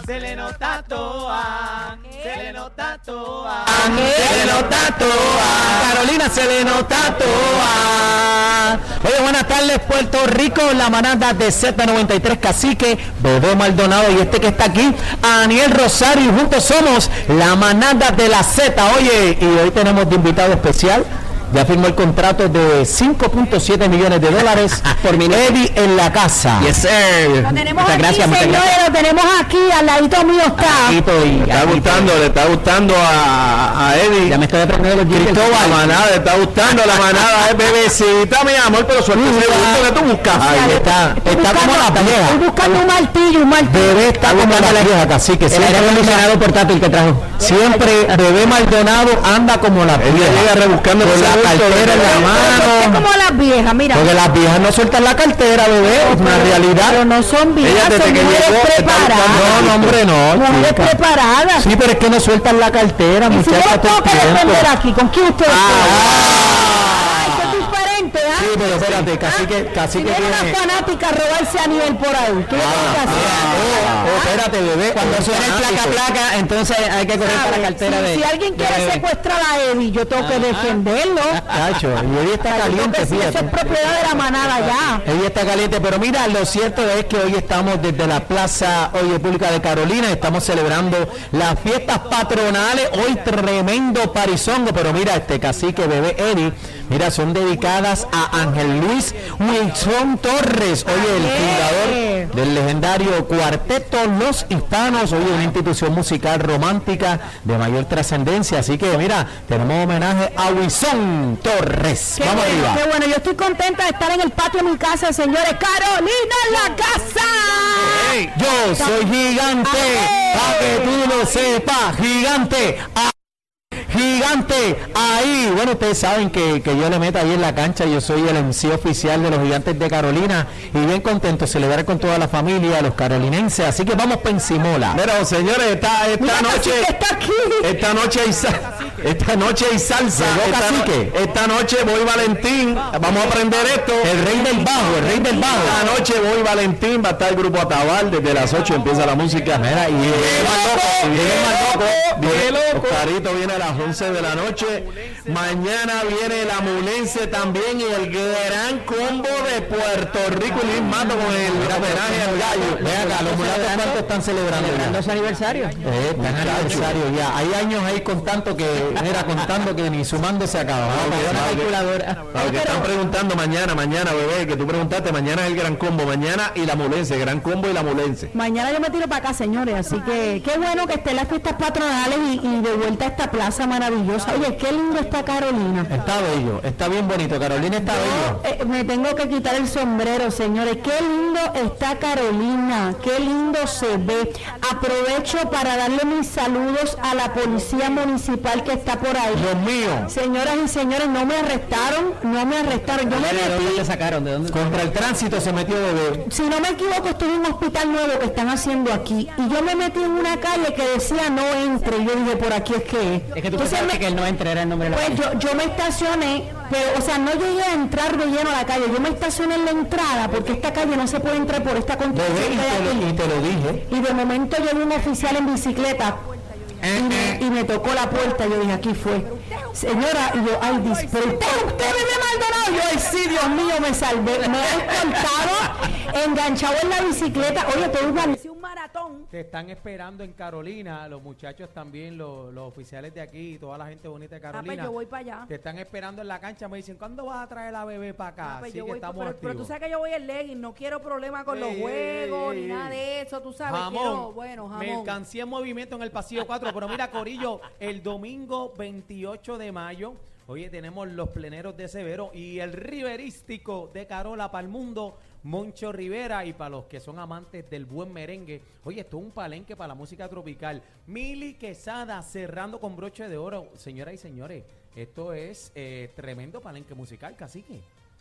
se le nota toa, se le nota toa, se le nota toa, Carolina se le nota toa. Oye, buenas tardes Puerto Rico, la manada de Z93 Cacique, Bebé Maldonado y este que está aquí, Aniel Rosario, y juntos somos la manada de la Z. Oye, y hoy tenemos de invitado especial. Ya firmó el contrato de $5.7 millones por mi Eddie en la casa. Yes, sir. Lo tenemos muchas aquí, gracias, señores, lo tenemos aquí, al ladito mío está. Le está gustando a Eddie. Ya me estoy aprendiendo los Cristóbal, la manada, le está gustando la manada, es bebecita, mi amor, pero suerte ese gusto que tú buscas. Ahí está como la vieja. Estoy buscando un martillo, Bebé está como la vieja, Cacique. El aire acondicionado portátil que trajo. Siempre Bebé Maldonado anda como la vieja. Ella llega rebuscando la cartera en la mano. como las viejas, mira. Porque las viejas no sueltan la cartera, bebé, es una realidad. Pero no son viejas, Ella son mujeres preparadas. No, hombre, no. Mujeres preparadas. Sí, pero es que no sueltan la cartera, Y si yo muchachas. tengo que defender aquí, ¿con quién ustedes Ah, es diferente, ¿ah? sí, pero espérate, Cacique si viene tiene... una fanática a robarse a nivel por ahí, ¿qué le tengo que hacer? Espérate, bebé. Cuando suena el placa, entonces hay que correr para la cartera de... Si alguien quiere secuestrar a Eddie, yo tengo que defenderlo. Cacho, y hoy está caliente, Eso fíjate. es propiedad de la manada ya. Hoy está caliente, pero mira, lo cierto es que hoy estamos desde la Plaza Pública de Carolina, estamos celebrando las fiestas patronales, hoy tremendo parizongo, pero mira, Cacique, Bebé, Eddie, mira, son dedicadas a Ángel Luis Wilson Torres, oye, el fundador del legendario Cuarteto Los Hispanos, oye, una institución musical romántica de mayor trascendencia, así que mira, tenemos homenaje a Wilson Torres. Qué Vamos bueno, arriba. qué bueno, yo estoy contenta de estar en el patio de mi casa, señores. Carolina en la casa. Hey, Yo soy gigante, para que tú lo sepas, gigante. Gigante, ahí, bueno, ustedes saben que yo le meto ahí en la cancha, yo soy el MC oficial de los Gigantes de Carolina y bien contento de celebrar con toda la familia, los carolinenses, así que vamos pensimola. Pero señores, esta noche Está aquí. esta noche hay salsa, esta noche voy Valentín, vamos a aprender esto. El rey del bajo. Esta noche voy Valentín, va a estar el grupo Atabal, desde las 8 empieza la música. Mira, y viene Oscarito viene a las 11 de la noche. Mañana viene la Mulense también y el gran combo de Puerto Rico y Luis Mato con el homenaje al gallo. Vean acá, los mulatos cuánto están celebrando Los aniversarios. están en aniversario ya. Hay años ahí contando que ni sumando se acaba. Los que están preguntando mañana, bebé, que tú preguntaste, mañana es el gran combo, mañana y la Mulense, gran combo y la Mulense. Mañana yo me tiro para acá, señores, así que qué bueno que estén las fiestas patronales y de vuelta a esta plaza maravillosa. Oye, qué lindo está Carolina. Está bello, está bien bonito. Carolina está bello. Me tengo que quitar el sombrero, señores. Qué lindo está Carolina, qué lindo se ve. Aprovecho para darle mis saludos a la policía municipal que está por ahí. Dios mío. Señoras y señores, no me arrestaron. Yo me ¿De dónde te sacaron? ¿De dónde? Contra el tránsito se metió bebé. Si no me equivoco, estoy en un hospital nuevo que están haciendo aquí. Y yo me metí en una calle que decía no entre. Y yo dije, por aquí es que es. Es que tú Entonces pensaste que él no entre, era el nombre de la Pues yo me estacioné, pero, o sea, no llegué a entrar de lleno a la calle. Yo me estacioné en la entrada porque esta calle no se puede entrar por esta construcción Bebé, que hay aquí. y te lo dije. Y de momento yo vi un oficial en bicicleta y me tocó la puerta. Yo dije, aquí fue. Señora, y yo, ay, dice, pero usted Bebé Maldonado. Yo, ay, sí, Dios mío, me salvé. Me he escoltado, enganchado en la bicicleta. Oye, te organicé un maratón. Te están esperando en Carolina, los muchachos también, los oficiales de aquí, toda la gente bonita de Carolina. Pues yo voy para allá. Te están esperando en la cancha, me dicen, ¿cuándo vas a traer a Bebé para acá? Pues Así yo que voy, estamos pero tú activos. sabes que yo voy en legging, no quiero problema con los juegos ni nada de eso, tú sabes, quiero, bueno, jamón. Mercancía en movimiento en el pasillo 4, pero mira, Corillo, el domingo 28 de mayo, oye, tenemos los pleneros de Severo y el riverístico de Carola para el mundo, Moncho Rivera, y para los que son amantes del buen merengue, oye, esto es un palenque para la música tropical. Mili Quesada cerrando con broche de oro. Señoras y señores, esto es tremendo palenque musical, Cacique.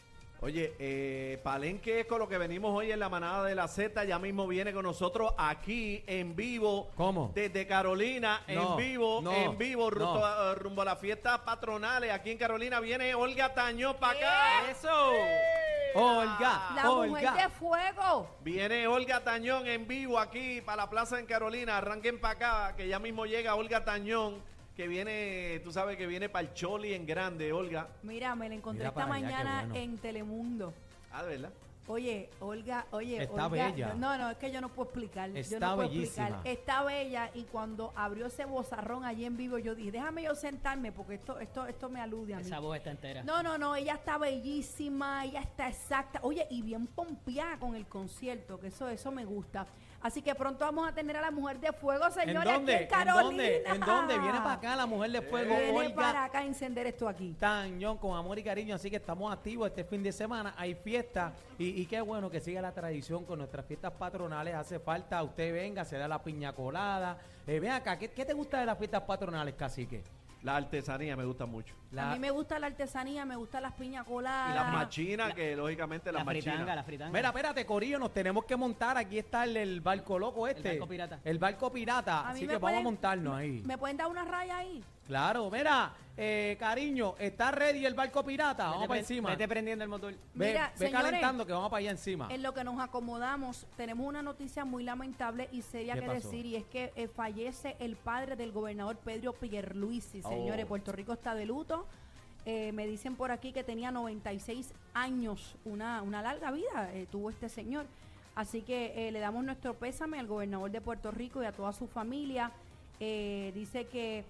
Oye, Palenque es con lo que venimos hoy en la manada de la Z. Ya mismo viene con nosotros aquí en vivo. ¿Cómo? Desde Carolina, No, en vivo, rumbo a las fiestas patronales. Aquí en Carolina viene Olga Tañón para acá. ¡Eso! Olga, La Olga. mujer de fuego. Viene Olga Tañón en vivo aquí para la plaza en Carolina. Arranquen para acá, que ya mismo llega Olga Tañón, que viene, tú sabes que viene para el Choli en grande, Olga. Mira, me la encontré Mira esta para allá, qué mañana bueno. en Telemundo. Ah, ¿de verdad? Oye, Olga, Está Olga, bella. No, es que yo no puedo explicar. Yo Está no puedo bellísima. explicar. Está bella y cuando abrió ese bozarrón allí en vivo, yo dije, déjame yo sentarme porque esto me alude a mí. Esa voz está entera. No, ella está bellísima, ella está exacta. Oye, y bien pompeada con el concierto, que eso me gusta. Así que pronto vamos a tener a la mujer de fuego, ¿En señores, dónde? aquí en Carolina. ¿En dónde? Viene para acá la mujer de fuego, Viene Olga para acá a encender esto aquí. Tañón, con amor y cariño, así que estamos activos este fin de semana, hay fiesta y qué bueno que siga la tradición con nuestras fiestas patronales, hace falta, usted venga, se da la piña colada, ven acá, ¿qué te gusta de las fiestas patronales, cacique? La artesanía me gusta mucho. A mí me gusta la artesanía, me gustan las piñas coladas. Y las machinas, que lógicamente las La fritanga, machinas. la fritanga. Mira, espérate, Corillo, nos tenemos que montar, aquí está el barco loco este. barco pirata. El barco pirata, A mí así me que vamos a pueden- montarnos ahí. ¿Me pueden dar una raya ahí? Claro, mira, cariño, ¿está ready el barco pirata? Vamos para encima. Vete prendiendo el motor. Ve, Mira, ve señores, calentando que vamos para allá encima. En lo que nos acomodamos, tenemos una noticia muy lamentable y seria ¿Qué que pasó? decir, y es que fallece el padre del gobernador Pedro Pierluisi, Oh. señores. Puerto Rico está de luto. Me dicen por aquí que tenía 96 años, una larga vida tuvo este señor. Así que le damos nuestro pésame al gobernador de Puerto Rico y a toda su familia. Dice que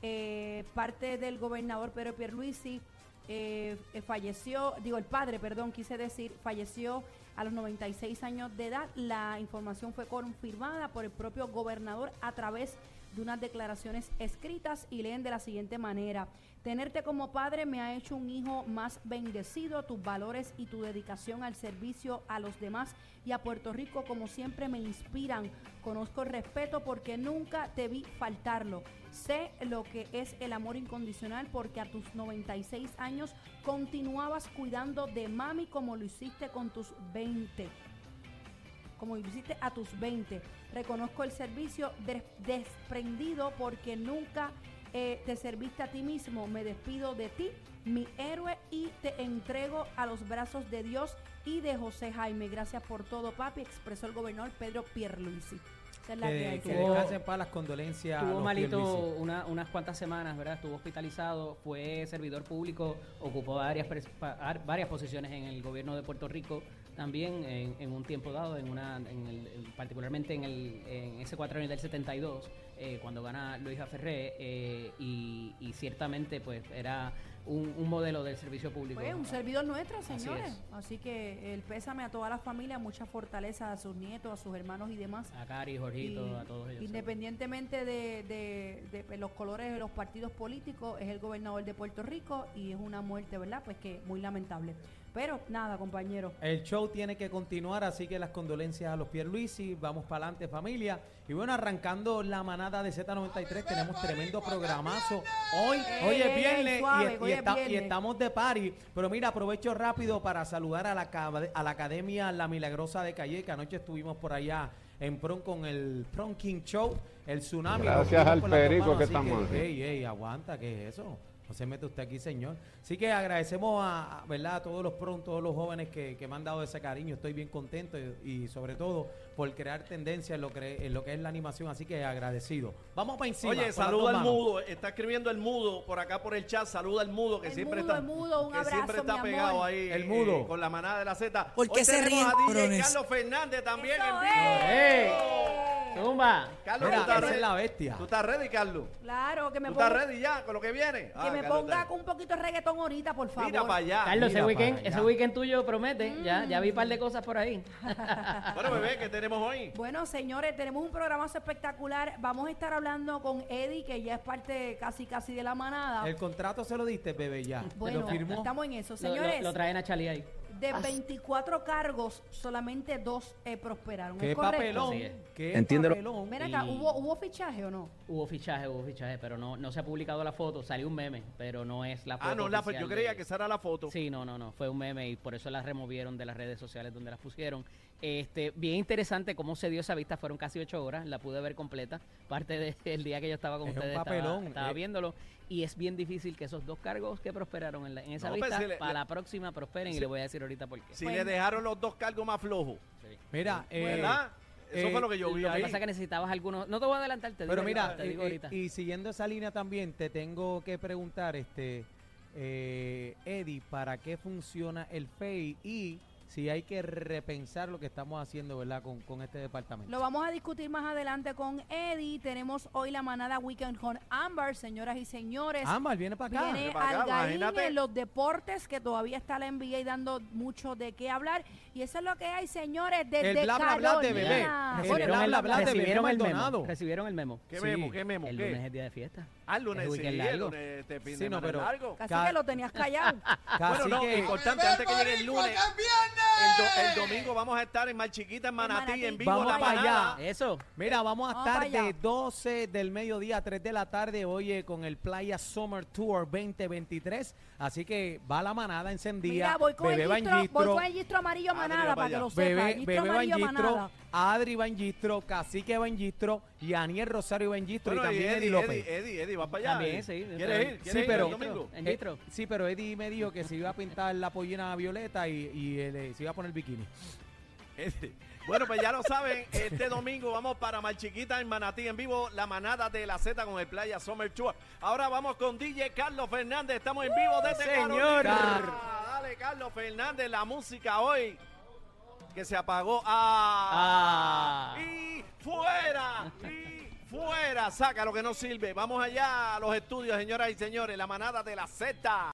parte del gobernador Pedro Pierluisi falleció, el padre, perdón, quise decir, falleció a los 96 años de edad. La información fue confirmada por el propio gobernador a través de unas declaraciones escritas y leen de la siguiente manera: tenerte como padre me ha hecho un hijo más bendecido, tus valores y tu dedicación al servicio a los demás y a Puerto Rico como siempre me inspiran. Conozco el respeto porque nunca te vi faltarlo. Sé lo que es el amor incondicional porque a tus 96 años continuabas cuidando de mami como lo hiciste con tus 20. Como lo hiciste a tus 20. Reconozco el servicio desprendido porque nunca te serviste a ti mismo. Me despido de ti, mi héroe, y te entrego a los brazos de Dios y de José Jaime. Gracias por todo, papi, expresó el gobernador Pedro Pierluisi. Esa es la que hay. Que Tuvo- descansen para las condolencias. a Estuvo los malito Pierluisi. unas cuantas semanas, ¿verdad? Estuvo hospitalizado, fue servidor público, ocupó varias posiciones en el gobierno de Puerto Rico, también en un tiempo dado, particularmente en ese cuatrienio del 72, cuando gana Luis Aferré, y ciertamente pues era un modelo del servicio público. Fue un servidor nuestro, Así señores. es. Así que el pésame a toda la familia, mucha fortaleza a sus nietos, a sus hermanos y demás. A Cari, Jorgito, Y a todos ellos. independientemente de los colores de los partidos políticos, es el gobernador de Puerto Rico y es una muerte, ¿verdad? Pues que muy lamentable. Pero nada, compañero. El show tiene que continuar, así que las condolencias a los Pierluisi, vamos para adelante familia. Y bueno, arrancando la manada de Z93, tenemos tremendo programazo. Hoy es viernes suave, y hoy es viernes. estamos de party. Pero mira, aprovecho rápido para saludar a la Academia La Milagrosa de Calle, que anoche estuvimos por allá en Prom con el Prom King Show, el tsunami. Gracias Nos al fuimos con las dos perico manos, que así estamos aquí. Ey, aguanta, ¿qué es eso? No se mete usted aquí, señor. Así que agradecemos ¿verdad? A todos los todos los jóvenes que me han dado ese cariño. Estoy bien contento y sobre todo por crear tendencia en lo que es la animación. Así que agradecido. Vamos para encima. Oye, con las saluda dos al manos. mudo. Está escribiendo el mudo por acá por el chat. Saluda al mudo que El siempre mudo, está. el mudo, un que abrazo, siempre está mi pegado amor. ahí. El mudo. Con la manada de la Z. ¿Por qué Hoy se tenemos ríen, a DJ cabrones? Carlos Fernández también ¡Eso en vivo. ¡Ey! ¡Zumba! Carlos, Mira, ¿tú estás esa es ready? la bestia. ¿Tú estás ready, Carlos? Claro, que me ¿Tú estás ponga, ready ya con lo que viene? que me ponga con un poquito de reggaetón ahorita, por favor. Mira para allá. Carlos, mira para allá. ese weekend tuyo promete. Ya vi un par de cosas por ahí. Bueno, bebé, ¿qué tenemos hoy? Bueno, señores, tenemos un programazo espectacular. Vamos a estar hablando con Eddie, que ya es parte casi de la manada. El contrato se lo diste, bebé, ya. Bueno, ¿Lo firmó? estamos en eso. Lo Señores, traen a Charlie ahí. de 24 cargos, solamente 2 prosperaron. Qué ¿Es correcto? papelón. Así es. Qué Entiéndelo. papelón. Ven acá, Y- ¿hubo fichaje o no? Hubo fichaje, pero no se ha publicado la foto. Salió un meme, pero no es la foto. Ah, no, yo oficial creía de- que esa era la foto. Sí, no, fue un meme y por eso las removieron de las redes sociales donde las pusieron. Bien interesante cómo se dio esa vista, fueron casi 8 horas, la pude ver completa, parte del día que yo estaba con Es un ustedes, papelón, estaba viéndolo, y es bien difícil que esos 2 cargos que prosperaron en esa No, vista, pues, si para la próxima prosperen, y le voy a decir ahorita por qué. Si le dejaron los 2 cargos más flojos, Mira, ¿verdad? Eso fue lo que yo vi Lo que ahí. pasa es que necesitabas algunos, no te voy a adelantar, te pero digo mira, ahorita, te digo ahorita. y siguiendo esa línea también, te tengo que preguntar, Eddie, ¿para qué funciona el FEI? Y si hay que repensar lo que estamos haciendo, ¿verdad? Con este departamento. Lo vamos a discutir más adelante con Eddie. Tenemos hoy la manada Weekend con Ámbar, señoras y señores. Ámbar, viene para acá. Viene para acá, Algarín imagínate. en los deportes, que todavía está la NBA dando mucho de qué hablar. Y eso es lo que hay, señores, desde El bla, bla, bla de bebé. Carolina. El Recibieron bla, bla, bla de Bebé recibieron el Maldonado. memo, recibieron el memo. ¿Qué Sí. memo? ¿Qué memo? El ¿Qué? lunes es día de fiesta. Ah, el lunes, Es sí, weekend el largo. lunes, este fin Sí, de no, semana pero- largo. Casi Ca- que lo tenías callado. Bueno, Así no, que, importante, antes que llegue el lunes, el domingo vamos a estar en Marchiquita, en Manatí, Manatí. en vivo Vamos la para manada. allá. Eso. mira, vamos a Vamos estar para allá. de 12 del mediodía a 3 de la tarde, oye, con el Playa Summer Tour 2023. Así que va la manada encendida. Mira, voy con, Bebé el gistro, Bangistro, voy con el gistro amarillo Adri, manada, va para que allá. lo sepa. Bebé, Gistro Bebé amarillo Bangistro, manada. Adri Bangistro, Cacique Bangistro y Aniel Rosario Bangistro Bueno, y también Eddie López. Eddie, va para allá. También, sí. ¿Quieres ir? Sí, ¿Quieres ir pero- el domingo? En Gistro. Sí, pero Eddie me dijo que se iba a pintar la pollina violeta y se iba a poner bikini. Bueno, pues ya lo saben, este domingo vamos para Marchiquita en Manatí en vivo, la manada de la Z con el Playa Summer Tour. Ahora vamos con DJ Carlos Fernández, estamos en vivo desde señor. Carolina. Dale, Carlos Fernández, la música hoy que se apagó. Y fuera, saca lo que no sirve. Vamos allá a los estudios, señoras y señores, la manada de la Z.